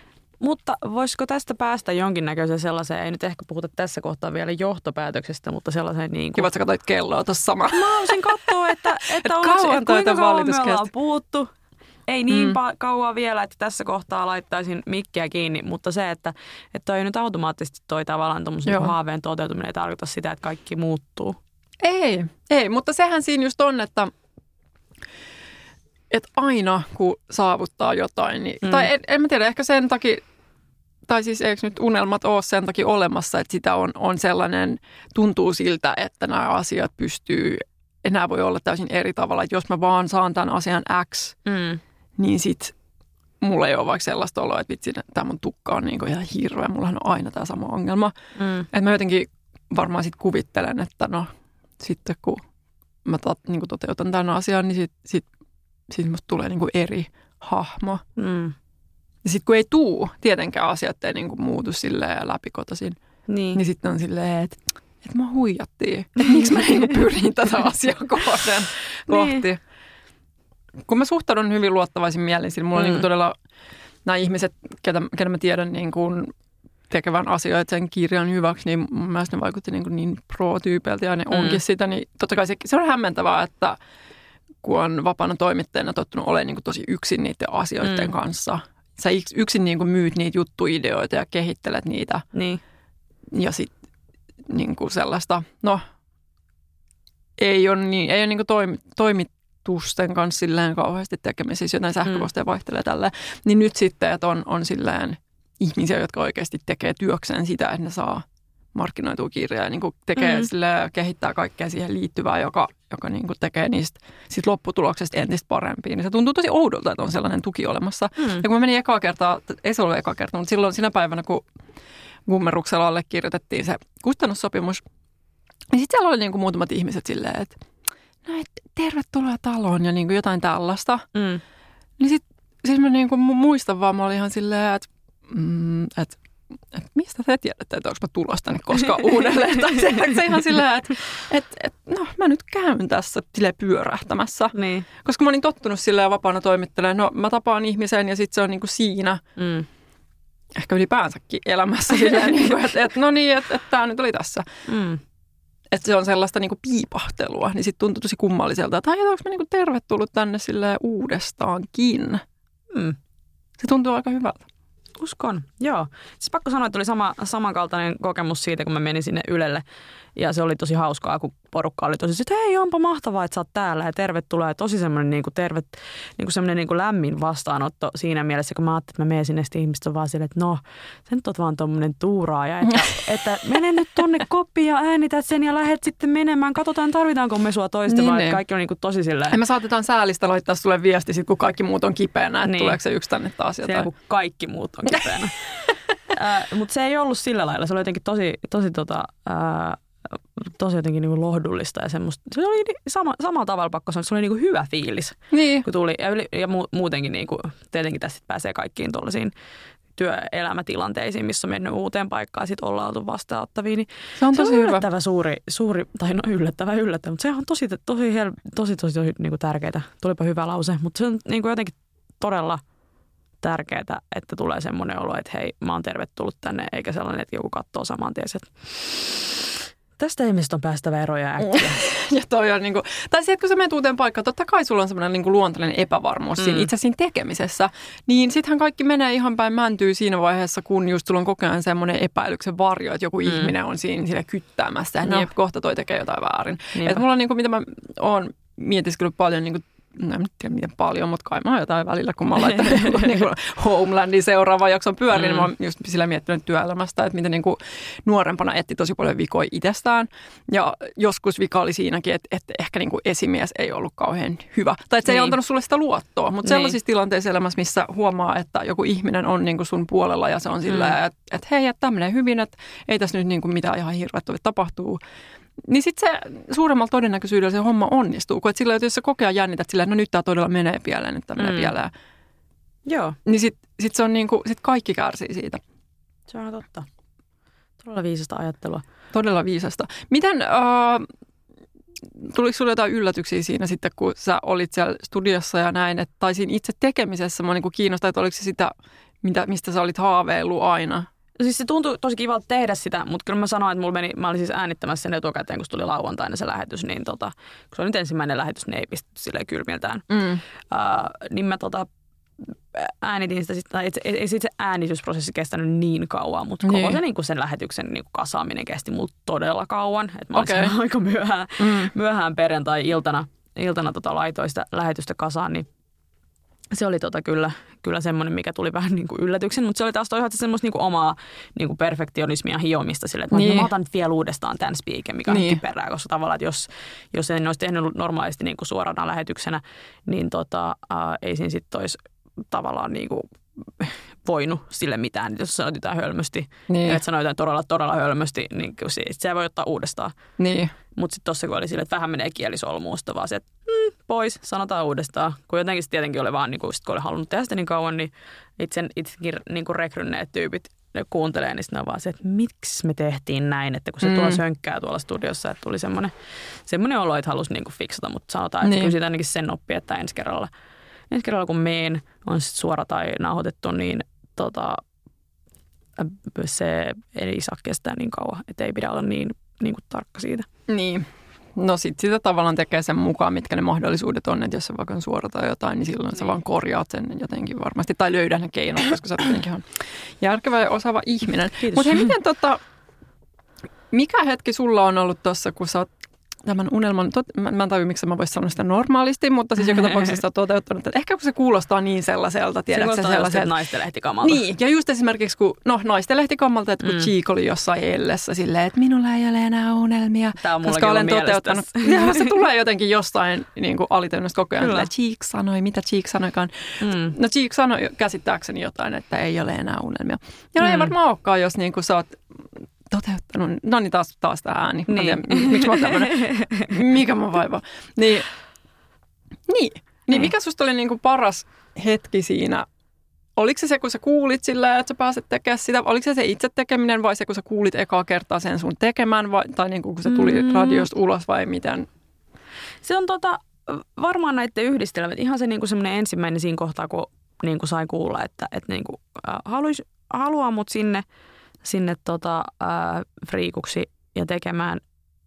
Mutta voisiko tästä päästä jonkinnäköiseen sellaiseen, ei nyt ehkä puhuta tässä kohtaa vielä johtopäätöksestä, mutta sellaiseen niin kuin... Kiva, että sä katsoit kelloa tuossa sama. Mä haluaisin katsoa, että, että Et kauan kuinka kauan me ollaan kesti. puhuttu. Ei niin mm. pa- kauan vielä, että tässä kohtaa laittaisin mikkiä kiinni, mutta se, että, että toi nyt automaattisesti toi tavallaan tuommoisen haaveen toteutuminen ei tarkoita sitä, että kaikki muuttuu. Ei, ei, mutta sehän siinä just on, että... Että aina kun saavuttaa jotain, niin, mm. tai en, en mä tiedä, ehkä sen takia, tai siis eikö nyt unelmat ole sen takia olemassa, että sitä on, on sellainen, tuntuu siltä, että nämä asiat pystyy, enää voi olla täysin eri tavalla. Että jos mä vaan saan tämän asian X, mm. niin sit mulla ei ole vaikka sellaista oloa, että vitsi, tämä mun tukka on niin ihan hirveä. Mullahan on aina tämä sama ongelma. Mm. Että mä jotenkin varmaan sit kuvittelen, että no sitten kun mä ta, niin kuin toteutan tämän asian, niin sit, sit Sitten musta tulee niinku eri hahmo. Mm. Ja sitten kun ei tuu, tietenkään asiat ei niinku muutu silleen läpikotaisin. Niin, niin sitten on silleen, että et mä huijattiin. Että miksi mä niinku pyrin tätä asiaa kohden, kohti. Niin. Kun mä suhtaudun hyvin luottavaisin mielin, sillä mulla mm. on niinku todella nämä ihmiset, ketä, ketä mä tiedän niinku tekevän asioita sen kirjan hyväksi, niin mun mielestä ne vaikutti niinku niin pro-tyypeiltä ja ne mm. onkin sitä. Niin totta kai se, se on hämmentävää, että kun on vapaana toimittajana tottunut olemaan niin kuin tosi yksin niiden asioiden mm. kanssa. Sä yksin niin kuin myyt niitä juttuideoita ja kehittelet niitä. Niin. Ja sitten niin kuin sellaista, no ei ole, niin, ei ole niin kuin toimi, toimitusten kanssa silleen kauheasti tekemisissä, jotain sähköposteja mm. vaihtelee tälleen. Niin nyt sitten, että on, on silleen ihmisiä, jotka oikeasti tekee työkseen sitä, että ne saa markkinoituu kirjaa ja niin kuin tekee mm-hmm. sille, kehittää kaikkea siihen liittyvää, joka, joka niin kuin tekee niistä sit lopputuloksesta entistä parempia. Niin se tuntuu tosi oudolta, että on sellainen tuki olemassa. Mm. Ja kun mä menin ekaa kertaa, ei se ollut ekaa kertaa, mutta silloin sinä päivänä, kun Gummeruksella allekirjoitettiin se kustannussopimus, niin sitten siellä oli niin kuin muutamat ihmiset silleen, että no, et, tervetuloa taloon ja niin kuin jotain tällaista. Mm. Niin sitten siis mä niin kuin muistan vaan, mä olin ihan silleen, että mm, et, et mistä te tiedätte, että onko mä tulossa tänne koskaan uudelleen. Tai se, se ihan silleen, että et, et, no mä nyt käyn tässä silleen pyörähtämässä. Niin. Koska mä olin tottunut silleen vapaana toimittelemaan, no mä tapaan ihmisen ja sitten se on niin kuin siinä. Mm. Ehkä ylipäänsäkin elämässä silleen, niin kuin, että et, no niin, että et, tämä nyt oli tässä. Mm. että se on sellaista niinku piipahtelua, niin sitten tuntuu tosi kummalliselta, että onko mä niinku tervetullut tänne silleen uudestaankin. Hmm. Se tuntuu aika hyvältä. Uskon, joo. Siis pakko sanoa, että oli sama, samankaltainen kokemus siitä, kun mä menin sinne Ylelle. Ja se oli tosi hauskaa, kun porukka oli tosi, että hei, onpa mahtavaa, että sä oot täällä ja tervetuloa. Ja tosi semmoinen niin kuin terve, niin kuin semmoinen niin kuin lämmin vastaanotto siinä mielessä, kun mä ajattelin, että mä menen sinne, sitten ihmiset on vaan silleen, että no, sä nyt oot vaan tommonen tuuraaja, että, että mene nyt tonne koppiin ja äänität sen ja lähet sitten menemään. Katsotaan, tarvitaanko me sua toista, niin, vaan niin. Kaikki on niin kuin tosi silleen. Ja me saatetaan säälistä laittaa sulle viesti, sit, kun kaikki muut on kipeänä, että niin. Tuleeko se yksi tänne taas jotain. Se, kun kaikki muut on kipeänä. äh, Mutta se ei ollut sillä lailla. Se oli jotenkin tosi, tosi tota, äh, tosi jotenkin niinku lohdullista ja semmoista. Se oli sama, samalla tavalla pakko sanoa, että se oli niinku hyvä fiilis, niin. Kun tuli. Ja, yli, ja mu, muutenkin niinku, tietenkin tässä pääsee kaikkiin tuollaisiin työelämätilanteisiin, missä on mennyt uuteen paikkaan ja sitten ollaan oltu vastaanottaviin. Niin se on tosi se on hyvä. Yllättävä suuri, suuri, tai no yllättävä yllättävä, mutta se on tosi, tosi, tosi, tosi, tosi, tosi niinku tärkeää. Tulipa hyvä lause, mutta se on niinku jotenkin todella tärkeää, että tulee semmoinen olo, että hei, mä oon tervetullut tänne, eikä sellainen, että joku katsoo saman tien, että tästä ihmisestä on päästävä eroja äkkiä. Ja toi on niinku, tai se, että kun sä menet uuteen paikkaan, totta kai sulla on semmoinen niinku luontainen epävarmuus mm. siinä, itse siinä tekemisessä, niin sittenhän kaikki menee ihan päin mäntyy siinä vaiheessa, kun just sulla on koko ajan semmoinen epäilyksen varjo, että joku mm. ihminen on siinä sille kyttäämässä, että no, kohta toi tekee jotain väärin. Että mulla on niinku, mitä mä oon mietiskellyt paljon niinku, no en tiedä miten paljon, mutta kai mä oon jotain välillä, kun mä oon laittanut niin Homelandin seuraavan jakson pyöriin, mm. niin mä oon just sillä miettinyt työelämästä, että miten niin kuin nuorempana etti tosi paljon vikoja itsestään. Ja joskus vika oli siinäkin, että, että ehkä niin kuin esimies ei ollut kauhean hyvä. Tai että se niin. ei antanut sulle sitä luottoa, mutta niin. sellaisissa tilanteissa elämässä, missä huomaa, että joku ihminen on niin kuin sun puolella ja se on sillä, mm. että, että hei, että tämä menee hyvin, että ei tässä nyt niin kuin mitään ihan hirveätä tapahtuu. Niin sitten se suuremmalla todennäköisyydellä se homma onnistuu. Kun et sillä, jos sä kokea jännität sillä, no nyt tämä todella menee pieleen, nyt tämä menee mm. pieleen. Joo. Niin sitten sit se on niinku, sit kaikki kärsii siitä. Se on totta. Todella viisasta ajattelua. Todella viisasta. Miten, äh, tuliko sulle jotain yllätyksiä siinä sitten, kun sä olit siellä studiossa ja näin, että, tai siinä itse tekemisessä mua niinku kiinnostaa, että oliko se sitä, mitä, mistä sä olit haaveillut aina? Siis se tuntui tosi kivalta tehdä sitä, mutta kyllä mä sanoin, että mulla meni, mä olin siis äänittämässä sen etukäteen, kun tuli lauantaina se lähetys, niin tota, kun se oli nyt ensimmäinen lähetys, niin ei pistetty silleen kylmiltään. Mm. Uh, niin mä tota, äänitin sitä, tai ei, ei se äänitysprosessi kestänyt niin kauan, mutta koko niin. se niin kuin sen lähetyksen niin kuin kasaaminen kesti mulla todella kauan. Että mä okay. olin aika myöhään, mm. myöhään perjantai-iltana iltana tota laitoin sitä lähetystä kasaan, niin se oli tota kyllä, kyllä semmoinen, mikä tuli vähän niin kuin yllätyksen, mutta se oli taas toisaalta semmoista niin kuin omaa niin kuin perfektionismia hiomista sille, että niin. mä otan nyt vielä uudestaan tämän spiiken, mikä on niin. kiperää, koska tavallaan, että jos, jos en olisi tehnyt normaalisti niin kuin suorana lähetyksenä, niin tota, ää, ei siinä sitten olisi tavallaan niin kuin voinut sille mitään. Jos sanoit jotain hölmösti, niin. että sanoit jotain todella, todella hölmösti, niin se, se voi ottaa uudestaan. Niin. Mutta sitten tuossa kun oli silleen, että vähän menee kielisolmuusta, vaan se, että mm, pois, sanotaan uudestaan. Kun jotenkin se tietenkin oli vaan, niin kun, sit, kun oli halunnut tehdä sitä niin kauan, niin itse, itsekin niin rekrynneet tyypit ne kuuntelee, niin sitten on vaan se, että miksi me tehtiin näin, että kun se mm. tuolla sönkkää tuolla studiossa, että tuli semmoinen, semmoinen olo, että halusi niin fiksata, mutta sanotaan, että niin. kyllä siitä ainakin sen oppii, että ensi kerralla, ensi kerralla kun meen on sitten suora tai nauhoitettu, niin tota, se ei saa kestää niin kauan, että ei pidä olla niin, niin kuin tarkka siitä. Niin. No sit sitä tavallaan tekee sen mukaan, mitkä ne mahdollisuudet on, että jos se vaikka on suora tai jotain, niin silloin niin. sä vaan korjaat sen jotenkin varmasti. Tai löydät ne keinot, koska sä oot jotenkin ihan järkevä ja osaava ihminen. Mutta hei, miten tota, mikä hetki sulla on ollut tuossa, kun sä oot tämän unelman, tot, mä, mä en tajua, miksi mä voisin sanoa sitä normaalisti, mutta siis joka tapauksessa on toteuttanut, että ehkä kun se kuulostaa niin sellaiselta, tiedätkö se sellaiselta. Naistenlehtikammalta. Niin, ja just esimerkiksi, kun, no naistenlehtikammalta, että kun mm. Cheek oli jossain Ellessä silleen, että minulla ei ole enää unelmia, koska olen toteuttanut. Ja se tulee jotenkin jostain niin kuin alitajunnosta koko ajan, että Cheek sanoi, mitä Cheek sanoikaan. Mm. No Cheek sanoi käsittääkseni jotain, että ei ole enää unelmia. Ja no mm. ei varmaan olekaan, jos niin kuin sä oot toteuttanut. No niin, taas, taas tämä ääni. Niin. Mä tiedän, miksi mä oon tämmönen, mikä mä vaivaa. Niin, niin. niin mikä susta oli niinku paras hetki siinä? Oliko se se, kun sä kuulit sillä, että sä pääset tekemään sitä? Oliko se se itse tekeminen vai se, kun sä kuulit ekaa kertaa sen sun tekemään? Vai, tai niinku, kun se tuli mm. radiosta ulos vai miten? Se on tota, varmaan näiden yhdistelmät. Ihan se niinku semmoinen ensimmäinen siinä kohtaa, kun niinku sai kuulla, että et niinku, äh, haluais, haluaa mut sinne. sinne tota, äh, friikuksi ja tekemään,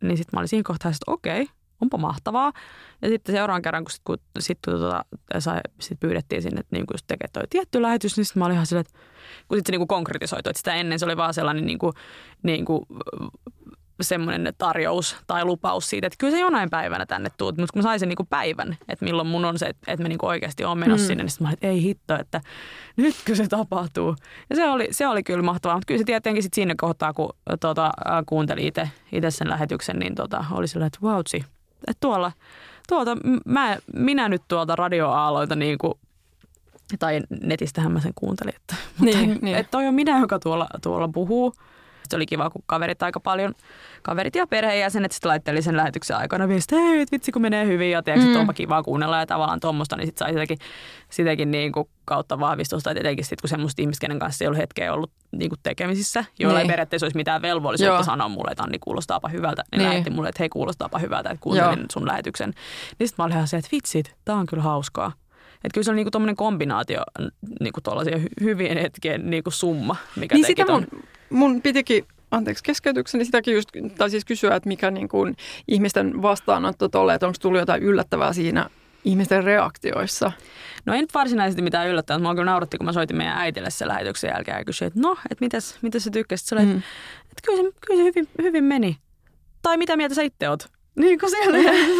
niin sitten mä olin siinä kohtaa, että okei, okay, onpa mahtavaa. Ja sitten seuraavan kerran, kun, sit, kun sit, tota, sai, sit pyydettiin sinne, että niinku just tekee toi tietty lähetys, niin sitten mä olin ihan silleen, että kun sitten se niinku konkretisoitu, että sitä ennen se oli vaan sellainen niinku, niinku, semmoinen tarjous tai lupaus siitä, että kyllä se jonain päivänä tänne tuut, mutta kun mä sain sen niinku päivän, että milloin mun on se, että, että mä niinku oikeasti oon menossa mm. sinne, niin sitten mä olin, että ei hitto, että nytkö se tapahtuu. Ja se oli, se oli kyllä mahtavaa, mutta kyllä se tietenkin sitten siinä kohtaa, kun tuota, kuuntelin itse sen lähetyksen, niin tota, oli sellainen, että vautsi, että tuolla, tuolta, mä, minä nyt tuolta radioaaloilta niin kuin, tai netistähän mä sen kuuntelin, että, mutta niin, niin. että toi on minä, joka tuolla, tuolla puhuu. Se oli kiva, kun kaverit aika paljon, kaverit ja perheenjäsenet sitten laitteli sen lähetyksen aikana viestiä, hei, vitsi kun menee hyvin ja tiedätkö, mm. onpa kivaa kuunnella ja tavallaan tuommoista, niin sitten sai sitäkin, sitäkin niin kuin kautta vahvistusta, että etenkin sitten kun semmoista ihmistä, kenen kanssa ei ollut hetkeä ollut niin kuin tekemisissä, joilla niin. ei periaatteessa olisi mitään velvollisuutta Joo. sanoa mulle, että Anni kuulostaapa hyvältä, niin, niin. lähetti mulle, että hei kuulostaapa hyvältä, että kuuntelin Joo. sun lähetyksen. Niin sitten mä olin ihan se, että vitsit, tää on kyllä hauskaa. Että kyllä se on niinku tommoinen kombinaatio niinku tuollaisia hy- hyvien hetkien niinku summa, mikä niin teki sitä ton. mun, mun pitikin, anteeksi keskeytykseni, sitäkin just, tai siis kysyä, että mikä niin kuin ihmisten vastaanotto tolle, että onko tullut jotain yllättävää siinä ihmisten reaktioissa? No ei nyt varsinaisesti mitään yllättävää, mutta mä kyllä nauratti, kun mä soitin meidän äitille sen lähetyksen jälkeen ja kysyin, että no, että mitäs, mitäs sä tykkäsit? Se oli, mm. että, että kyllä se, kyllä se hyvin, hyvin meni. Tai mitä mieltä sä itse oot? Niin kuin siellä,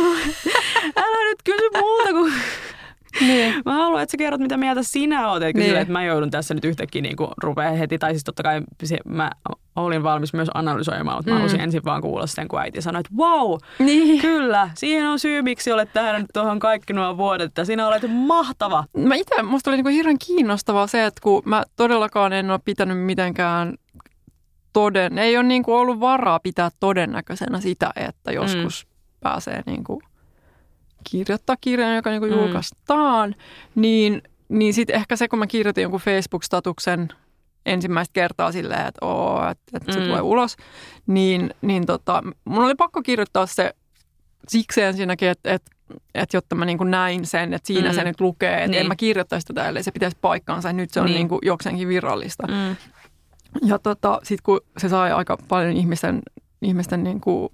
älä nyt kysy muuta kuin... Niin. Mä haluan, että sä kerrot, mitä mieltä sinä oot. Niin. Sille, että mä joudun tässä nyt yhtäkkiä niin kuin rupea heti. Tai siis totta kai mä olin valmis myös analysoimaan, mutta mm. mä halusin ensin vaan kuulla sen, kun äiti sanoi, että vau, niin. kyllä, siihen on syy, miksi olet tähdännyt tuohon kaikki nuo vuodet, että sinä olet mahtava. Mä itse, musta oli niin kuin hirveän kiinnostavaa se, että kun mä todellakaan en ole pitänyt mitenkään toden, ei ole niin kuin ollut varaa pitää todennäköisenä sitä, että joskus mm. pääsee niin kuin kirjoittaa kirjan, joka niinku julkaistaan, mm. niin, niin sitten ehkä se, kun mä kirjoitin jonkun Facebook-statuksen ensimmäistä kertaa silleen, että oo, että, että se mm. tulee ulos, niin, niin tota, mun oli pakko kirjoittaa se siksi ensinnäkin, että, että, että jotta mä niinku näin sen, että siinä mm. se nyt lukee, että niin. en mä kirjoittaisi tätä, ellei se pitäisi paikkaansa, nyt se on niin. niinku jokseenkin virallista. Mm. Ja tota, sitten kun se sai aika paljon ihmisten, ihmisten niinku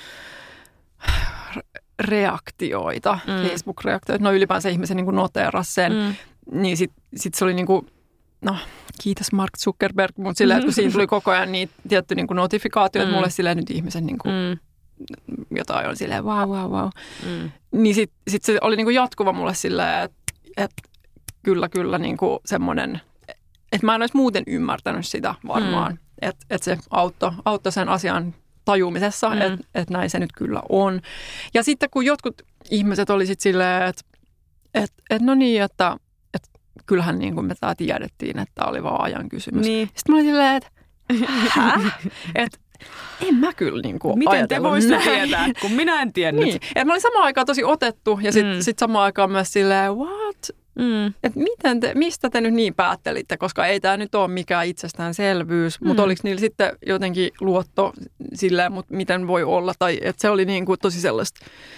reaktioita, mm. Facebook-reaktioita, no ylipäänsä ihmisen niin kuin noteerasi sen, mm. niin sitten sit se oli niin kuin, no kiitos Mark Zuckerberg, mutta silleen, että kun siinä tuli koko ajan niitä tietty niin kuin notifikaatioita, mm. mulle silleen nyt ihmisen niin kuin, mm. jotain on silleen wow, wow, wow. Mm. Niin sitten sit se oli niin kuin jatkuva mulle silleen, että et, kyllä, kyllä niin kuin semmoinen, että mä en olisi muuten ymmärtänyt sitä varmaan, mm. että et se auttoi autto sen asian tajumisessa, mm. että et näin se nyt kyllä on. Ja sitten kun jotkut ihmiset oli sitten silleen, että et, et no niin, että et kyllähän niin kuin me tämä tiedettiin, että tämä oli vaan ajan kysymys. Niin. Sitten mä olin silleen, että häh? Että en mä kyllä niin kuin miten te voisitte tietää, kun minä en tiennyt. Niin. Et mä olin samaan aikaan tosi otettu ja sitten mm. sit samaan aikaan myös silleen, what? Mm. Että miten te, mistä te nyt niin päättelitte, koska ei tämä nyt ole mikään itsestäänselvyys, mm. mutta oliko niillä sitten jotenkin luotto silleen, mutta miten voi olla, tai että se oli niin kuin tosi sellaista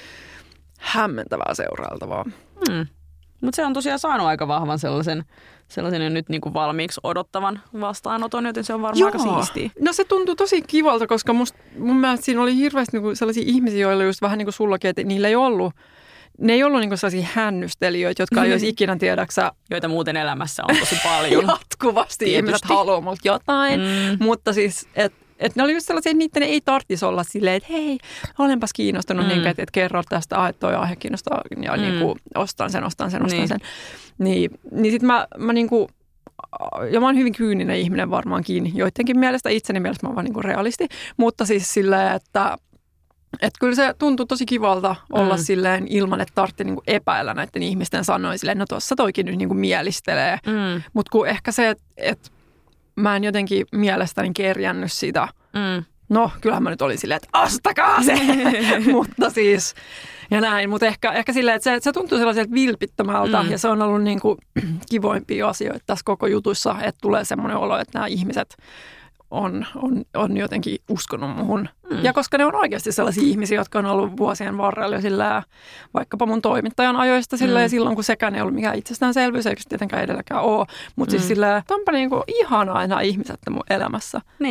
hämmentävää seurailtavaa. Mm. Mutta se on tosiaan saanut aika vahvan sellaisen, sellaisen jo nyt niin kuin valmiiksi odottavan vastaanoton, joten se on varmaan Joo. aika siistiä. No se tuntui tosi kivalta, koska musta, mun mielestä siinä oli hirveästi niin kuin sellaisia ihmisiä, joilla just vähän niin kuin sullakin, että niillä ei ollut Ne ei ollut niinku sellaisia hännystelijöitä, jotka ei olisi ikinä tiedäksä. Joita muuten elämässä on tosi paljon. Jatkuvasti Tietysti. Ihmiset haluaa multa jotain. Mm. Mutta siis, että et ne oli just sellaisia, että niiden ei tarvitsisi olla silleen, että hei, olenpas kiinnostunut, mm. niin, että et kerro tästä, että toi aihe kiinnostaa ja mm. niin kuin, ostan sen, ostan sen, ostan niin. sen. Niin, niin sitten mä, mä niinku, ja mä oon hyvin kyyninen ihminen varmaankin, joidenkin mielestä, itseni mielestä mä oon vaan niinku realisti, mutta siis silleen, että että kyllä se tuntui tosi kivalta olla mm. silleen ilman, että tarvitsi niinku epäillä näiden ihmisten sanoja silleen, no tuossa toikin nyt niinku mielistelee. Mm. Mutta kun ehkä se, että et mä en jotenkin mielestäni kerjännyt sitä. Mm. No, kyllähän mä nyt olin silleen, että ostakaa se! Mutta siis, ja näin. Mutta ehkä, ehkä silleen, että se, se tuntuu sellaiselta vilpittömältä mm. ja se on ollut niinku kivoimpia asioita tässä koko jutussa, että tulee semmoinen olo, että nämä ihmiset On, on, on jotenkin uskonut muhun. Mm. Ja koska ne on oikeasti sellaisia ihmisiä, jotka on ollut vuosien varrella jo sillä, vaikkapa mun toimittajan ajoista sillä, mm. silloin, kun sekään ei ollut mikään itsestäänselvyys, eikä se tietenkään edelläkään ole. Mutta mm. siis sillä, että onpa niinku ihanaa nämä ihmiset mun elämässä. Niin.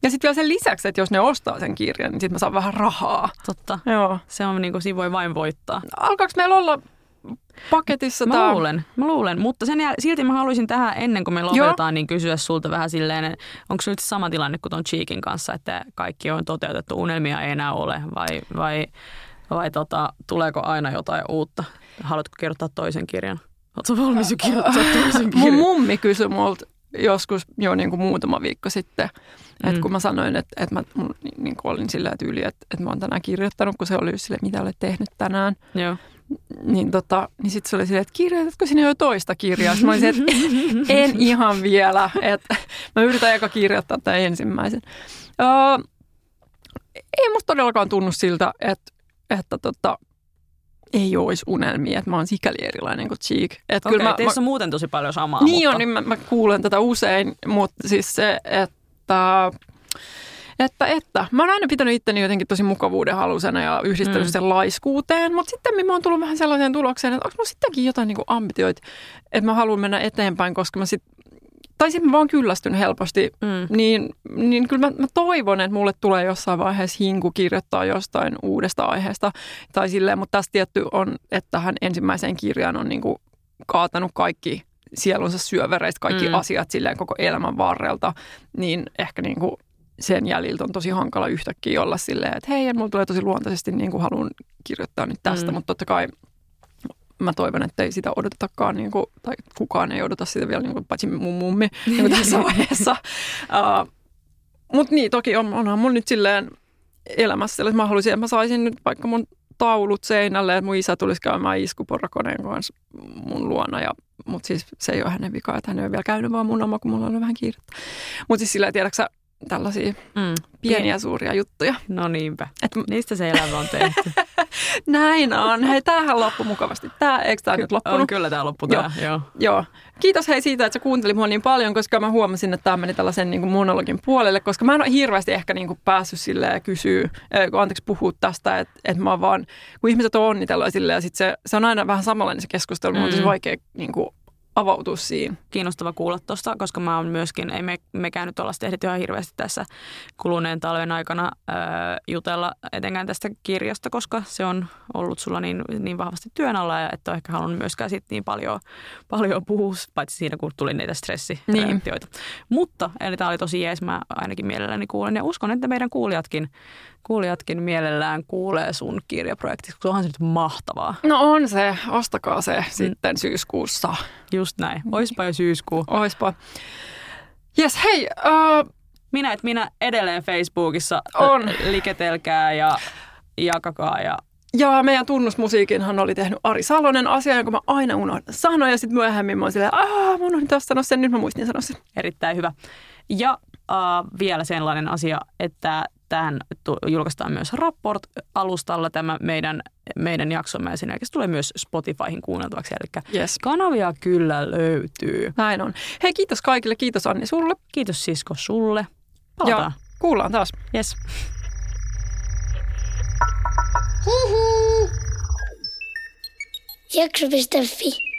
Ja sitten vielä sen lisäksi, että jos ne ostaa sen kirjan, niin sitten mä saan vähän rahaa. Totta. Joo. Se on niin kuin, siinä voi vain voittaa. Alkaako meillä olla paketissa mä tämä? luulen, mä luulen. Mutta sen jäl- silti mä haluaisin tähän ennen kuin me lopetetaan, Joo. niin kysyä sulta vähän silleen, onko se nyt sama tilanne kuin ton Cheekin kanssa, että kaikki on toteutettu, unelmia ei enää ole vai, vai, vai tota, tuleeko aina jotain uutta? Haluatko kirjoittaa toisen kirjan? Oletko valmis jo kirjoittaa toisen kirjan? Mun mummi kysyi multa joskus jo niin kuin muutama viikko sitten, mm. että kun mä sanoin, että, että mä mun, niin kuin olin sillä tyyli, että, että mä oon tänään kirjoittanut, kun se oli sille, mitä olet tehnyt tänään. Joo. Niin, tota, niin sitten se oli silleen, että kirjoitatko sinä jo toista kirjaa? Sitten mä olisin, että en ihan vielä. Että mä yritän eka kirjoittaa tämän ensimmäisen. Uh, ei musta todellakaan tunnu siltä, että, että tota, ei olisi unelmia, että mä oon sikäli erilainen kuin Cheek. Okei, okay, teissä on muuten tosi paljon samaa. Niin mutta... on, niin mä, mä kuulen tätä usein, mutta siis se, että... Että, että. Mä oon aina pitänyt itteni jotenkin tosi mukavuuden halusena ja yhdistänyt mm. sen laiskuuteen, mutta sitten mä oon tullut vähän sellaiseen tulokseen, että onko mulla sittenkin jotain niin kuin ambitioita, että mä haluan mennä eteenpäin, koska mä sit, tai sitten mä vaan kyllästyn helposti, mm. niin, niin kyllä mä, mä toivon, että mulle tulee jossain vaiheessa hinku kirjoittaa jostain uudesta aiheesta tai silleen, mutta tässä tietty on, että tähän ensimmäiseen kirjaan on niin kuin kaatanut kaikki sielunsa syövereistä, kaikki mm. asiat silleen koko elämän varrelta, niin ehkä niin kuin sen jäljiltä on tosi hankala yhtäkkiä olla silleen, että hei, mulla tulee tosi luontaisesti, niin kuin haluan kirjoittaa nyt tästä, mm. mutta totta kai mä toivon, että ei sitä odotetakaan, niin kuin, tai kukaan ei odota sitä vielä, niin kuin, paitsi mun mummi niin kuin tässä vaiheessa. Uh, mutta niin, toki on, onhan mun nyt silleen elämässä, että mä haluaisin, että mä saisin nyt vaikka mun taulut seinälle, että mun isä tulisi käymään iskuporrakoneen kanssa mun luona, ja, mutta siis se ei ole hänen vikaa, että hän ei ole vielä käynyt, vaan mun oma, kun mulla on vähän kiirettä. Mutta siis silleen, tiedäksä, tällaisia mm. pieniä suuria juttuja. No niinpä. Et, Niistä se elämä on tehty. Näin on. Hei, tämähän loppui mukavasti. Tää, eikö tämä Ky- nyt loppunut? On kyllä tämä loppu tää, joo. joo. joo. Kiitos hei siitä, että sä kuuntelit mua niin paljon, koska mä huomasin, että tämä meni tällaisen niin kuin monologin puolelle, koska mä en ole hirveästi ehkä niin kuin päässyt silleen kysyä, äh, anteeksi puhua tästä, että, että mä oon vaan, kun ihmiset on onnitellut silleen, ja sit se, se on aina vähän samanlainen se keskustelu, mm. mutta on tosi vaikea niin kuin avautua siinä. Kiinnostava kuulla tuosta, koska mä oon myöskin, ei me, mekään nyt olla tehty ihan hirveästi tässä kuluneen talven aikana ää, jutella etenkään tästä kirjasta, koska se on ollut sulla niin, niin vahvasti työn alla ja et ole ehkä halunnut myöskään sit niin paljon, paljon puhua, paitsi siinä kun tuli niitä stressireaktioita. Niin. Mutta, eli tämä oli tosi jees, mä ainakin mielelläni kuulen ja uskon, että meidän kuulijatkin Kuulijatkin mielellään kuulee sun kirjaprojektista, koska onhan se nyt mahtavaa. No on se. Ostakaa se mm. sitten syyskuussa. Just näin. Oispa jo syyskuu. Oispa. Jes, hei. Uh... Minä et minä edelleen Facebookissa on. Liketelkää ja jakakaa. Ja, ja meidän tunnusmusiikinhan oli tehnyt Ari Salonen, asia, jonka mä aina unohdan sanoa. Ja sitten myöhemmin mä oon silleen, aah, mä unohdin taas sanoa sen, nyt mä muistin sanoa sen. Erittäin hyvä. Ja uh, vielä sellainen asia, että tähän julkaistaan myös Rapport-alustalla tämä meidän, meidän jaksomme ja sen jälkeen se tulee myös Spotifyhin kuunneltavaksi. Eli yes. kanavia kyllä löytyy. Näin on. Hei, kiitos kaikille. Kiitos Anni sulle. Kiitos sisko sulle. Palataan. Ja kuullaan taas. Yes. Hihi. Jakso piste fi